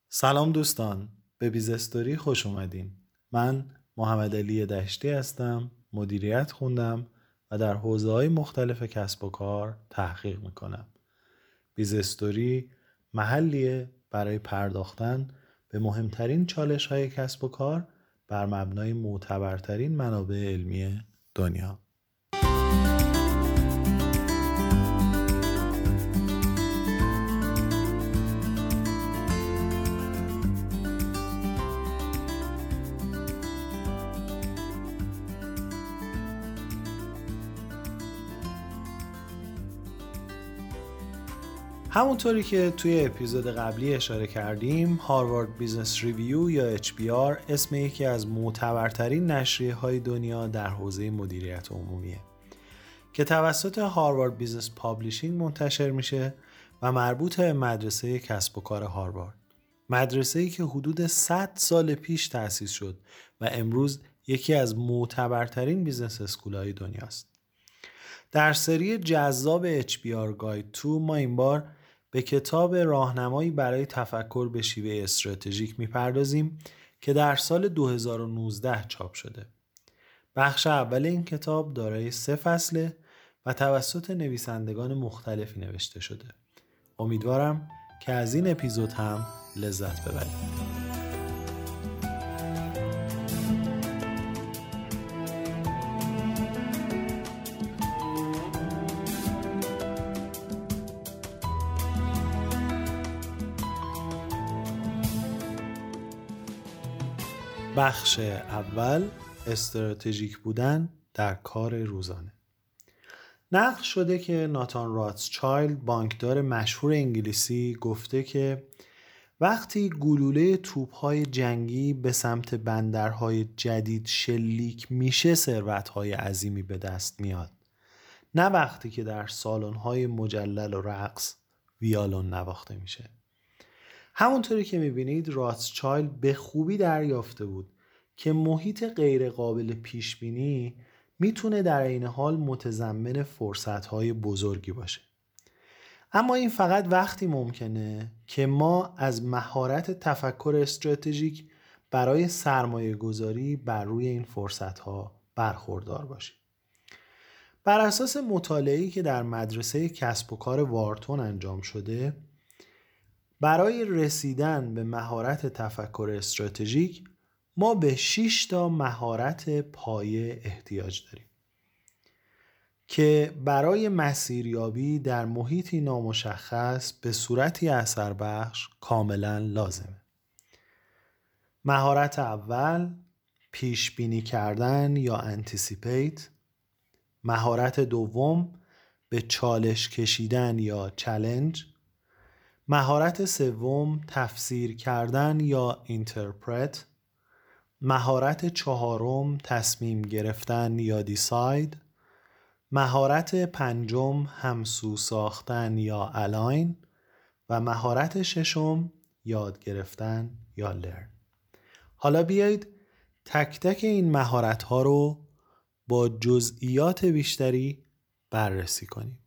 سلام دوستان، به بیزستوری خوش اومدین. من محمد علی دشتی هستم، مدیریت خوندم و در حوزه‌های مختلف کسب و کار تحقیق میکنم. بیزستوری محلیه برای پرداختن به مهمترین چالش‌های کسب و کار بر مبنای معتبرترین منابع علمی دنیا. همونطوری که توی اپیزود قبلی اشاره کردیم، هاروارد بیزنس ریویو یا HBR اسم یکی از معتبرترین نشریه های دنیا در حوزه مدیریت عمومیه که توسط هاروارد بیزنس پابلیشینگ منتشر میشه و مربوط به مدرسه کسب و کار هاروارد. مدرسه‌ای که حدود 100 سال پیش تأسیس شد و امروز یکی از معتبرترین بیزنس اسکول‌های دنیاست. در سری جذاب HBR Guide 2 ما این بار به کتاب راهنمایی برای تفکر به شیوه استراتژیک میپردازیم که در سال 2019 چاپ شده. بخش اول این کتاب دارای 3 فصله و توسط نویسندگان مختلفی نوشته شده. امیدوارم که از این اپیزود هم لذت ببرید. بخش اول، استراتژیک بودن در کار روزانه. نقل شده که ناتان راتسچایلد، بانکدار مشهور انگلیسی، گفته که وقتی گلوله توپ‌های جنگی به سمت بندرهای جدید شلیک میشه ثروت‌های عظیمی به دست میاد، نه وقتی که در سالن‌های مجلل و رقص ویالون نواخته میشه. همونطوری که میبینید راتسچایلد به خوبی دریافته بود که محیط غیر قابل پیش بینی میتونه در این حال متضمن فرصت‌های بزرگی باشه. اما این فقط وقتی ممکنه که ما از مهارت تفکر استراتژیک برای سرمایه گذاری بر روی این فرصت‌ها برخوردار باشیم. بر اساس مطالعه‌ای که در مدرسه کسب و کار وارتون انجام شده، برای رسیدن به مهارت تفکر استراتژیک ما به 6 تا مهارت پایه احتیاج داریم که برای مسیریابی در محیطی نامشخص به صورتی اثر بخش کاملا لازمه. مهارت اول، پیش بینی کردن یا انتیسیپیت. مهارت دوم، به چالش کشیدن یا چالش. مهارت سوم، تفسیر کردن یا اینترپرت. مهارت چهارم، تصمیم گرفتن یا دیساید. مهارت پنجم، همسو ساختن یا الاین. و مهارت ششم، یاد گرفتن یا لرن. حالا بیایید تک تک این مهارت ها رو با جزئیات بیشتری بررسی کنیم.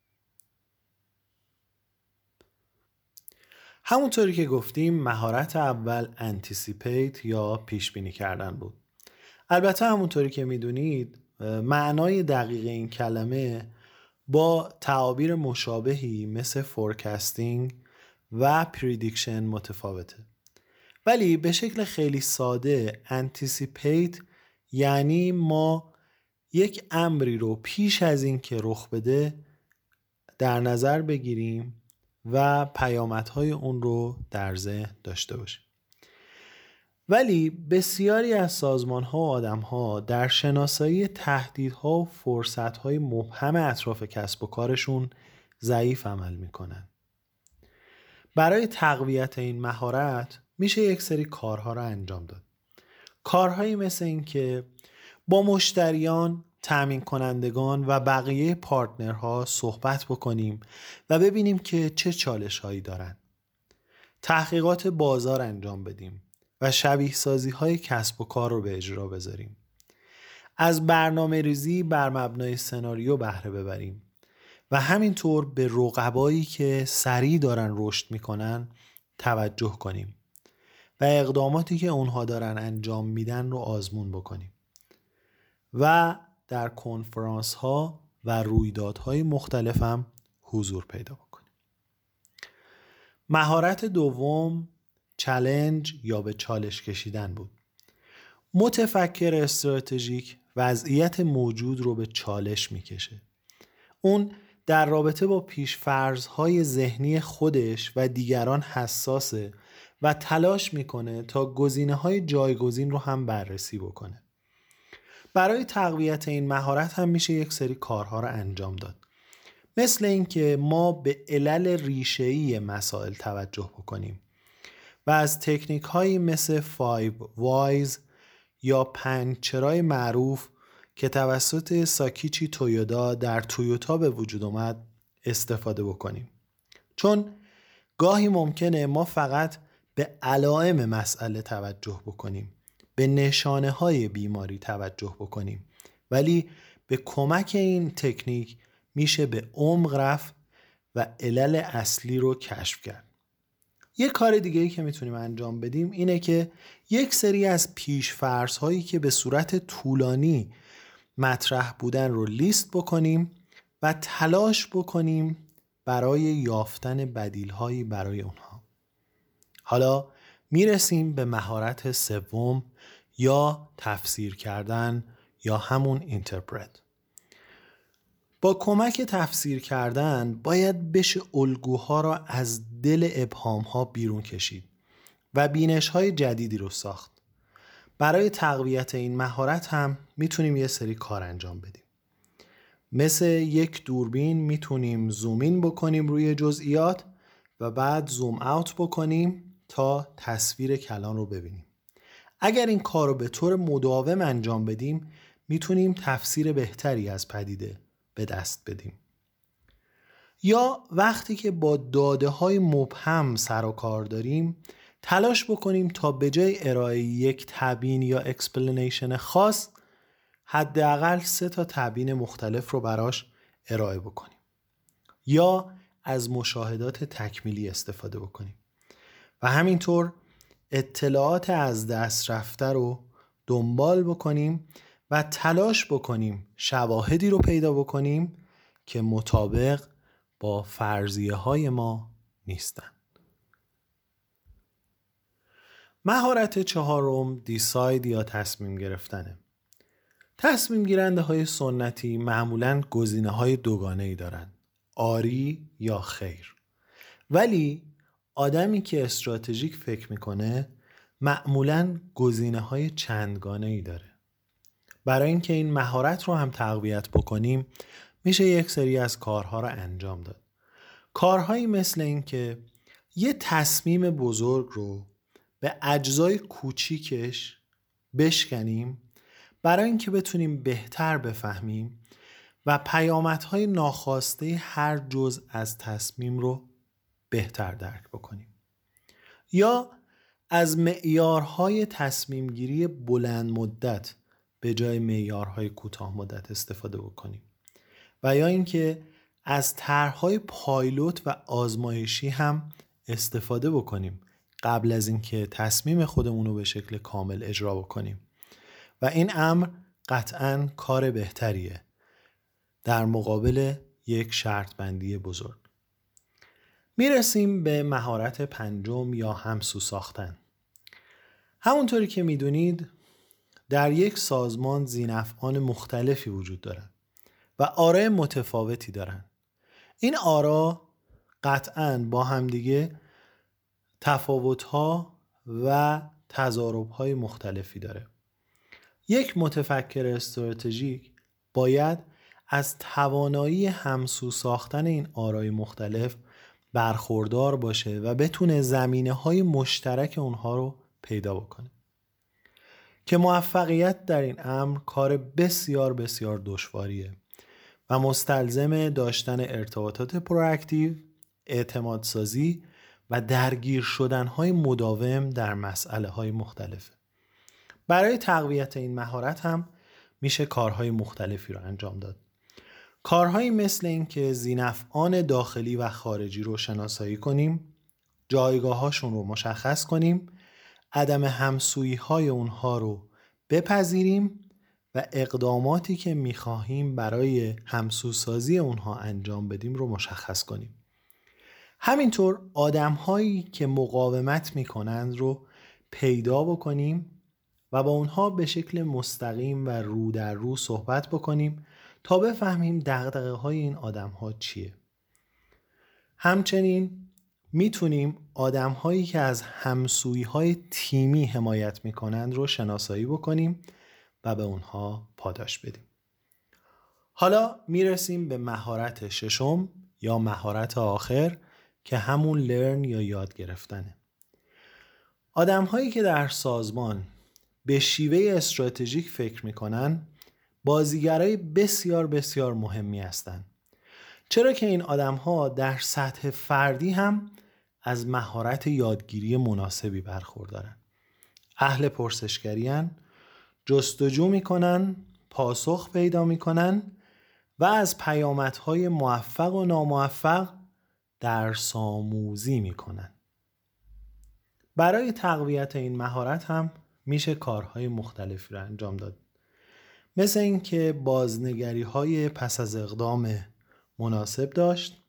همونطوری که گفتیم مهارت اول انتیسیپیت یا پیش بینی کردن بود. البته همونطوری که میدونید معنای دقیق این کلمه با تعابیر مشابهی مثل فورکاستینگ و پریدیکشن متفاوته. ولی به شکل خیلی ساده انتیسیپیت یعنی ما یک امری رو پیش از این که رخ بده در نظر بگیریم و پیامدهای اون رو در ذهن داشته باشیم. ولی بسیاری از سازمان‌ها و آدم‌ها در شناسایی تهدیدها و فرصت‌های مبهم اطراف کسب و کارشون ضعیف عمل می‌کنن. برای تقویت این مهارت میشه یک سری کارها رو انجام داد. کارهایی مثل این که با مشتریان، تامین کنندگان و بقیه پارتنرها صحبت بکنیم و ببینیم که چه چالش‌هایی دارن. تحقیقات بازار انجام بدیم و شبیه سازی های کسب و کار رو به اجرا بذاریم. از برنامه ریزی بر مبنای سناریو بهره ببریم و همینطور به رقبایی که سریع دارن رشد میکنن توجه کنیم و اقداماتی که اونها دارن انجام میدن رو آزمون بکنیم و در کنفرانس ها و رویدادهای مختلف هم حضور پیدا بکنیم. مهارت دوم چالش یا به چالش کشیدن بود. متفکر استراتژیک وضعیت موجود رو به چالش میکشه. اون در رابطه با پیش‌فرض‌های ذهنی خودش و دیگران حساسه و تلاش میکنه تا گزینه‌های جایگزین رو هم بررسی بکنه. برای تقویت این مهارت هم میشه یک سری کارها رو انجام داد. مثل اینکه ما به علل ریشه‌ای مسائل توجه بکنیم و از تکنیک‌هایی مثل 5 whys یا 5 چرای معروف که توسط ساکیچی تویودا در تویوتا به وجود اومد استفاده بکنیم. چون گاهی ممکنه ما فقط به علائم مسئله توجه بکنیم، به نشانه های بیماری توجه بکنیم، ولی به کمک این تکنیک میشه به عمق رفت و علل اصلی رو کشف کرد. یک کار دیگه‌ای که میتونیم انجام بدیم اینه که یک سری از پیش‌فرض هایی که به صورت طولانی مطرح بودن رو لیست بکنیم و تلاش بکنیم برای یافتن بدیل‌هایی برای اونها. حالا میرسیم به مهارت سوم یا تفسیر کردن یا همون اینترپرت. با کمک تفسیر کردن باید بشه الگوها را از دل ابهام‌ها بیرون کشید و بینش‌های جدیدی رو ساخت. برای تقویت این مهارت هم میتونیم یه سری کار انجام بدیم. مثل یک دوربین میتونیم زوم این بکنیم روی جزئیات و بعد زوم اوت بکنیم تا تصویر کلان رو ببینیم. اگر این کار رو به طور مداوم انجام بدیم میتونیم تفسیر بهتری از پدیده به دست بدیم. یا وقتی که با داده های مبهم سر و کار داریم تلاش بکنیم تا به جای ارائه یک تبیین یا اکسپلینیشن خاص حداقل 3 تبیین مختلف رو براش ارائه بکنیم یا از مشاهدات تکمیلی استفاده بکنیم و همینطور اطلاعات از دست رفته رو دنبال بکنیم و تلاش بکنیم شواهدی رو پیدا بکنیم که مطابق با فرضیه های ما نیستن. مهارت چهارم دیساید یا تصمیم گرفتنه. تصمیم گیرنده های سنتی معمولاً گزینه های دوگانه‌ای دارن، آری یا خیر. ولی آدمی که استراتژیک فکر میکنه معمولاً گزینه های چندگانه‌ای داره. برای اینکه این مهارت رو هم تقویت بکنیم میشه یک سری از کارها رو انجام داد. کارهایی مثل این که یه تصمیم بزرگ رو به اجزای کوچیکش بشکنیم برای اینکه بتونیم بهتر بفهمیم و پیامدهای ناخواسته هر جزء از تصمیم رو بهتر درک بکنیم. یا از معیارهای تصمیم گیری بلند مدت به جای معیارهای کوتاه مدت استفاده بکنیم. و یا اینکه از طرح‌های پایلوت و آزمایشی هم استفاده بکنیم قبل از اینکه تصمیم خودمون رو به شکل کامل اجرا بکنیم و این امر قطعاً کار بهتریه در مقابل یک شرط بندی بزرگ. میرسیم به مهارت پنجم یا همسو ساختن. همونطوری که میدونید در یک سازمان ذی‌نفعان مختلفی وجود دارن و آراء متفاوتی دارن. این آرا قطعاً با همدیگه تفاوت‌ها و تضارب‌های مختلفی داره. یک متفکر استراتژیک باید از توانایی همسو ساختن این آرای مختلف برخوردار باشه و بتونه زمینه‌های مشترک اونها رو پیدا بکنه. که موفقیت در این امر کار بسیار بسیار دشواریه و مستلزم داشتن ارتباطات پرواکتیو، اعتماد سازی و درگیر شدن‌های مداوم در مسئله‌های مختلفه. برای تقویت این مهارت هم میشه کارهای مختلفی رو انجام داد. کارهایی مثل این که ذی‌نفعان داخلی و خارجی رو شناسایی کنیم، جایگاه‌هاشون رو مشخص کنیم، عدم همسویی های اونها رو بپذیریم و اقداماتی که میخواهیم برای همسوسازی اونها انجام بدیم رو مشخص کنیم. همینطور آدم هایی که مقاومت میکنند رو پیدا بکنیم و با اونها به شکل مستقیم و رو در رو صحبت بکنیم تا بفهمیم دغدغه های این آدم ها چیه. همچنین میتونیم آدم هایی که از همسویی های تیمی حمایت میکنند رو شناسایی بکنیم و به اونها پاداش بدیم. حالا میرسیم به مهارت ششم یا مهارت آخر که همون لرن یا یاد گرفتنه. آدم هایی که در سازمان به شیوه استراتژیک فکر میکنن بازیگرای بسیار بسیار مهمی هستند. چرا که این آدم ها در سطح فردی هم از مهارت یادگیری مناسبی برخوردارن. اهل پرسشگری‌اند، جستجو میکنن، پاسخ پیدا میکنن و از پیامدهای موفق و ناموفق درس آموزی میکنن. برای تقویت این مهارت هم میشه کارهای مختلفی رو انجام داد. مثل این که بازنگری های پس از اقدام مناسب داشت،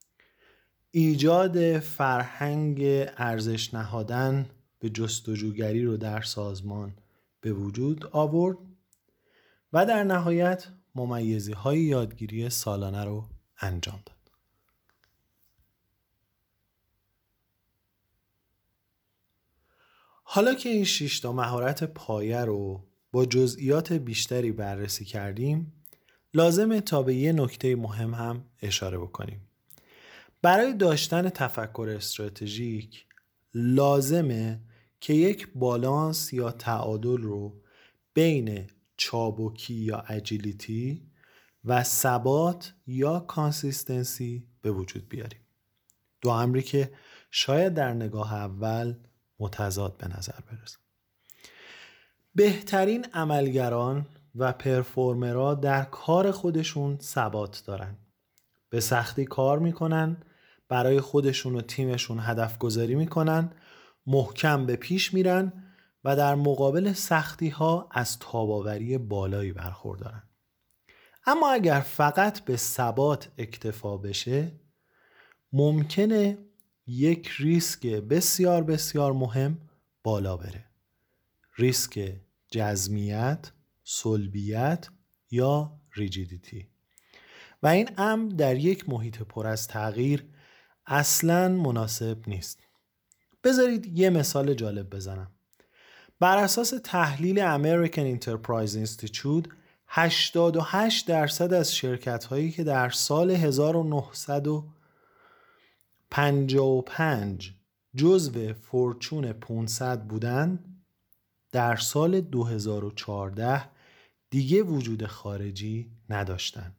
ایجاد فرهنگ ارزش نهادن به جستجوگری رو در سازمان به وجود آورد و در نهایت ممیزی های یادگیری سالانه رو انجام داد. حالا که این 6 تا مهارت پایه رو با جزئیات بیشتری بررسی کردیم، لازمه تا به یه نکته مهم هم اشاره بکنیم. برای داشتن تفکر استراتژیک لازمه که یک بالانس یا تعادل رو بین چابکی یا اجیلیتی و ثبات یا کانسیستنسی به وجود بیاریم. دو امری که شاید در نگاه اول متضاد به نظر برسه. بهترین عملگران و پرفورمرها در کار خودشون ثبات دارن. به سختی کار میکنن، برای خودشون و تیمشون هدف گذاری میکنن، محکم به پیش میرن و در مقابل سختی ها از تاباوری بالایی برخوردارن. اما اگر فقط به ثبات اکتفا بشه، ممکنه یک ریسک بسیار بسیار مهم بالا بره. ریسک جزمیت، سلبیت یا ریجیدیتی. و این امر در یک محیط پر از تغییر اصلاً مناسب نیست. بذارید یه مثال جالب بزنم. بر اساس تحلیل American Enterprise Institute 88% از شرکت‌هایی که در سال 1955 جزو فورچون 500 بودند، در سال 2014 دیگه وجود خارجی نداشتند.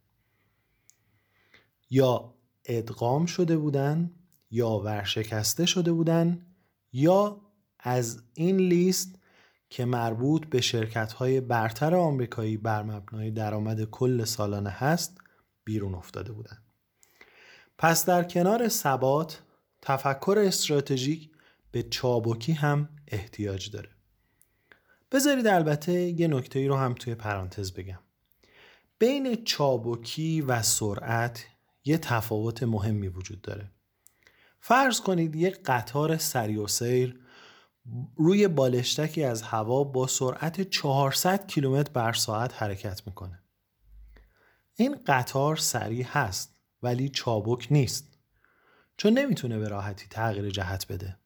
یا ادغام شده بودن، یا ورشکسته شده بودن، یا از این لیست که مربوط به شرکت‌های برتر آمریکایی بر مبنای درآمد کل سالانه هست بیرون افتاده بودن. پس در کنار ثبات، تفکر استراتژیک به چابکی هم احتیاج داره. بذارید البته یه نکته‌ای رو هم توی پرانتز بگم. بین چابکی و سرعت یه تفاوت مهمی وجود داره. فرض کنید یک قطار سریع السیر روی بالشتکی از هوا با سرعت 400 کیلومتر بر ساعت حرکت میکنه. این قطار سریع هست ولی چابک نیست، چون نمیتونه به راحتی تغییر جهت بده.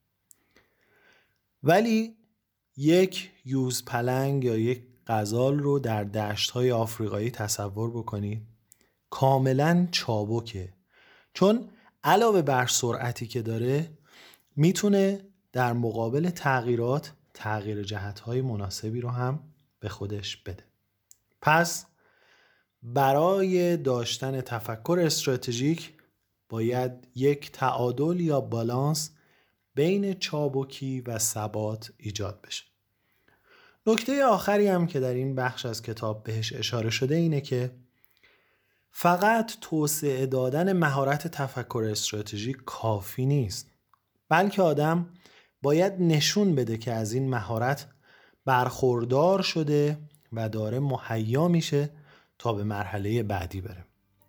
ولی یک یوز پلنگ یا یک غزال رو در دشت‌های آفریقایی تصور بکنید، کاملاً چابکه، چون علاوه بر سرعتی که داره میتونه در مقابل تغییرات تغییر جهت‌های مناسبی رو هم به خودش بده. پس برای داشتن تفکر استراتژیک باید یک تعادل یا بالانس بین چابکی و ثبات ایجاد بشه. نکته آخری هم که در این بخش از کتاب بهش اشاره شده اینه که فقط توسعه دادن مهارت تفکر استراتژیک کافی نیست، بلکه آدم باید نشون بده که از این مهارت برخوردار شده و داره مهیا میشه تا به مرحله بعدی بره.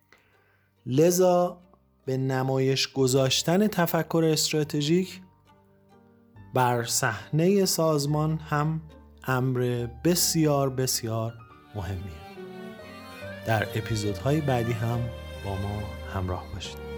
لذا به نمایش گذاشتن تفکر استراتژیک بر صحنه سازمان هم امر بسیار بسیار مهمیه. در اپیزودهای بعدی هم با ما همراه باشید.